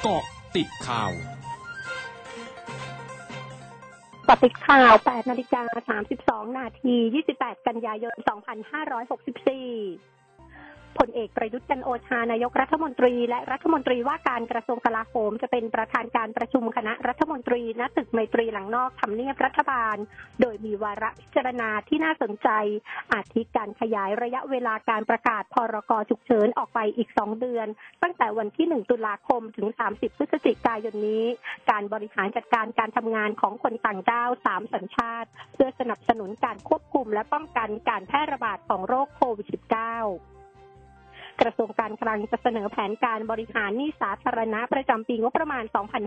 เกาะติดข่าวติดข่าว 8:32 นาที 28 กันยายน 2564พลเอกประยุทธ์จันทร์โอชานายกรัฐมนตรีและรัฐมนตรีว่าการกระทรวงกลาโหมจะเป็นประธานการประชุมคณะรัฐมนตรีณตึกไมตรีหลังนอกทำเนียบรัฐบาลโดยมีวาระพิจารณาที่น่าสนใจอาทิการขยายระยะเวลาการประกาศพรก.ฉุกเฉินออกไปอีก2เดือนตั้งแต่วันที่1ตุลาคมถึง30พฤศจิกายนนี้การบริหารจัดการการทำงานของคนต่างด้าว3สัญชาติเพื่อสนับสนุนการควบคุมและป้องกันการแพร่ระบาดของโรคโควิด -19กระทรวงการคลังจะเสนอแผนการบริหารหนี้สาธารณะประจำปีงบประมาณ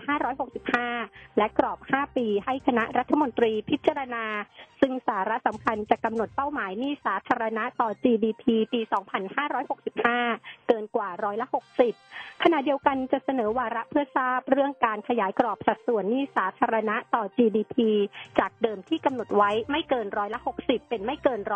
2565 และกรอบ 5 ปีให้คณะรัฐมนตรีพิจารณาซึ่งสาระสำคัญจะกำหนดเป้าหมายหนี้สาธารณะต่อ GDP ปี 2565 เกินกว่า60%ขณะเดียวกันจะเสนอวาระเพื่อทราบเรื่องการขยายกรอบสัดส่วนหนี้สาธารณะต่อ GDP จากเดิมที่กำหนดไว้ไม่เกิน60%เป็นไม่เกิน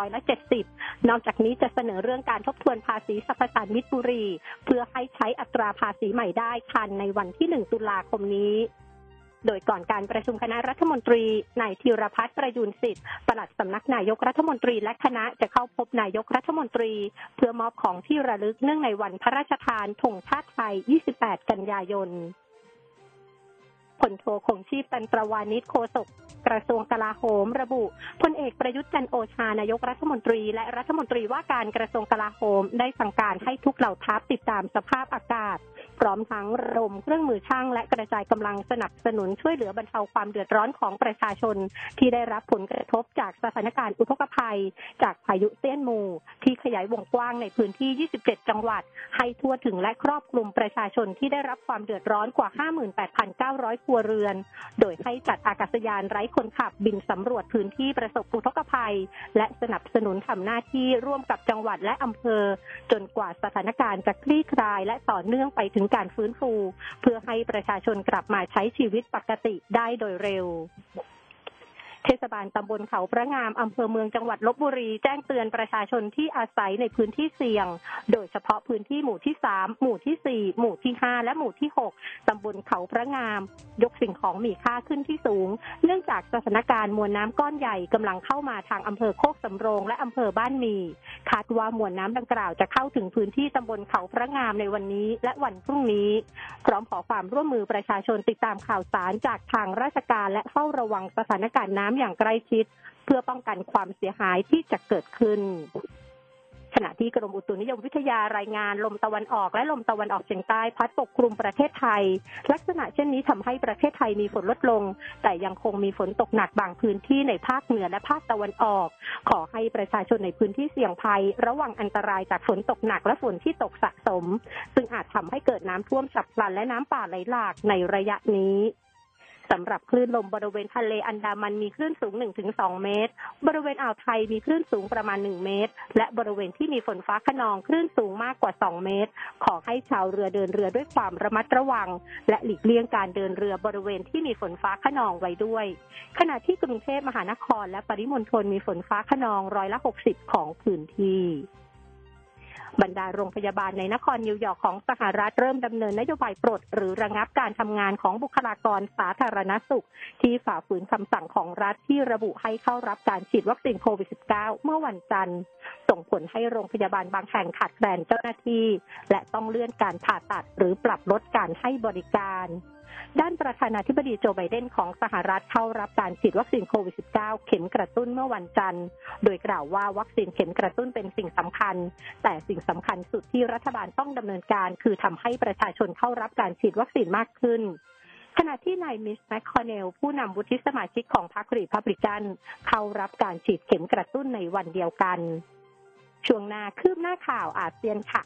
70%นอกจากนี้จะเสนอเรื่องการทบทวนภาษีสรรพสามิตบุรีเพื่อให้ใช้อัตราภาษีใหม่ได้ทันในวันที่1ตุลาคมนี้โดยก่อนการประชุมคณะรัฐมนตรีนายธีรพัฒน์ประยูรสิทธิ์ปลัดสำนักนายกรัฐมนตรีและคณะจะเข้าพบนายกรัฐมนตรีเพื่อมอบของที่ระลึกเนื่องในวันพระราชทานธงชาติไทย28กันยายนพลโทคงชีพตันตรวานิชโฆษกกระทรวงกลาโหมระบุพลเอกประยุทธ์จันทร์โอชานายกรัฐมนตรีและรัฐมนตรีว่าการกระทรวงกลาโหมได้สั่งการให้ทุกเหล่าทัพติดตามสภาพอากาศพร้อมทั้งระดมเครื่องมือช่างและกระจายกำลังสนับสนุนช่วยเหลือบรรเทาความเดือดร้อนของประชาชนที่ได้รับผลกระทบจากสถานการณ์อุทกภัยจากพายุเตี้ยนหมู่ที่ขยายวงกว้างในพื้นที่27จังหวัดให้ทั่วถึงและครอบคลุมประชาชนที่ได้รับความเดือดร้อนกว่า 58,900 ครัวเรือนโดยให้จัดอากาศยานไร้คนขับบินสำรวจพื้นที่ประสบอุทกภัยและสนับสนุนทำหน้าที่ร่วมกับจังหวัดและอำเภอจนกว่าสถานการณ์จะคลี่คลายและต่อเนื่องไปถึงการฟื้นฟูเพื่อให้ประชาชนกลับมาใช้ชีวิตปกติได้โดยเร็วเทศบาลตำบลเขาพระงามอำเภอเมืองจังหวัดลพบุรีแจ้งเตือนประชาชนที่อาศัยในพื้นที่เสี่ยงโดยเฉพาะพื้นที่หมู่ที่3หมู่ที่4หมู่ที่5และหมู่ที่6ตำบลเขาพระงามยกสิ่งของมีค่าขึ้นที่สูงเนื่องจากสถานการณ์มวลน้ำก้อนใหญ่กำลังเข้ามาทางอำเภอโคกสำโรงและอำเภอบ้านหมี่คาดว่ามวลน้ำดังกล่าวจะเข้าถึงพื้นที่ตำบลเขาพระงามในวันนี้และวันพรุ่งนี้พร้อมขอความร่วมมือประชาชนติดตามข่าวสารจากทางราชการและเฝ้าระวังสถานการณ์น้ำอย่างใกล้ชิดเพื่อป้องกันความเสียหายที่จะเกิดขึ้นขณะที่กรมอุตุนิยมวิทยารายงานลมตะวันออกและลมตะวันออกเฉียงใต้พัดปกคลุมประเทศไทยลักษณะเช่นนี้ทำให้ประเทศไทยมีฝนลดลงแต่ยังคงมีฝนตกหนักบางพื้นที่ในภาคเหนือและภาคตะวันออกขอให้ประชาชนในพื้นที่เสี่ยงภัยระวังอันตรายจากฝนตกหนักและฝนที่ตกสะสมซึ่งอาจทำให้เกิดน้ำท่วมฉับพลันและน้ำป่าไหลหลากในระยะนี้สำหรับคลื่นลมบริเวณทะเลอันดามันมีคลื่นสูง 1-2 เมตรบริเวณอ่าวไทยมีคลื่นสูงประมาณ1เมตรและบริเวณที่มีฝนฟ้าคะนองคลื่นสูงมากกว่า2เมตรขอให้ชาวเรือเดินเรือด้วยความระมัดระวังและหลีกเลี่ยงการเดินเรือบริเวณที่มีฝนฟ้าคะนองไว้ด้วยขณะที่กรุงเทพมหานครและปริมณฑลมีฝนฟ้าคะนอง60%ของพื้นที่บรรดาโรงพยาบาลในนครนิวยอร์กของสหรัฐเริ่มดำเนินนโยบายปลดหรือระงับการทำงานของบุคลากรสาธารณสุขที่ฝ่าฝืนคำสั่งของรัฐที่ระบุให้เข้ารับการฉีดวัคซีนโควิด -19 เมื่อวันจันทร์ส่งผลให้โรงพยาบาลบางแห่งขาดแคลนเจ้าหน้าที่และต้องเลื่อนการผ่าตัดหรือปรับลดการให้บริการด้านประธานาธิบดีโจไบเดนของสหรัฐเข้ารับการฉีดวัคซีนโควิด -19 เข็มกระตุ้นเมื่อวันจันทร์โดยกล่าวว่าวัคซีนเข็มกระตุ้นเป็นสิ่งสำคัญแต่สิ่งสำคัญสุดที่รัฐบาลต้องดำเนินการคือทำให้ประชาชนเข้ารับการฉีดวัคซีนมากขึ้นขณะที่นายมิชแมคคอนเนลผู้นำวุฒิสมาชิกของพรรครีพับลิกันเข้ารับการฉีดเข็มกระตุ้นในวันเดียวกันช่วงหน้าคืบหน้าข่าวอาเซียนค่ะ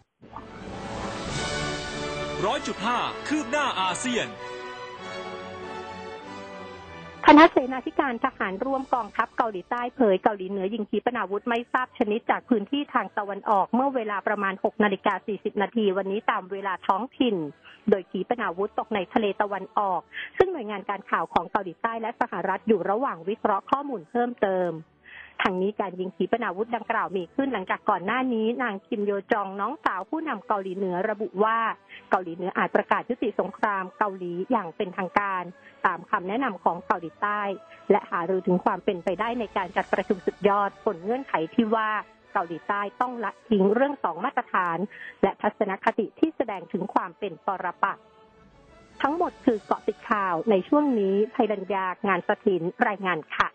100.5 คืบหน้าอาเซียนคณะเสนาธิการทหารร่วมกองทัพเกาหลีใต้เผยเกาหลีเหนือยิงขีปนาวุธไม่ทราบชนิดจากพื้นที่ทางตะวันออกเมื่อเวลาประมาณ 6:40 น.วันนี้ตามเวลาท้องถิ่นโดยขีปนาวุธตกในทะเลตะวันออกซึ่งหน่วยงานการข่าวของเกาหลีใต้และสหรัฐอยู่ระหว่างวิเคราะห์ข้อมูลเพิ่มเติมทางนี้การยิงขีปนาวุธดังกล่าวมีขึ้นหลังจากก่อนหน้านี้นางคิมโยจองน้องสาวผู้นำเกาหลีเหนือระบุว่าเกาหลีเหนืออาจประกาศยุติสงครามเกาหลีอย่างเป็นทางการตามคำแนะนำของเกาหลีใต้และหารือถึงความเป็นไปได้ในการจัดประชุมสุดยอดบนเงื่อนไขที่ว่าเกาหลีใต้ต้องละทิ้งเรื่อง2มาตรฐานและทัศนคติที่แสดงถึงความเป็นปรปักษ์ทั้งหมดคือเกาะติดข่าวในช่วงนี้ภัยรัญญางานสถินรายงานค่ะ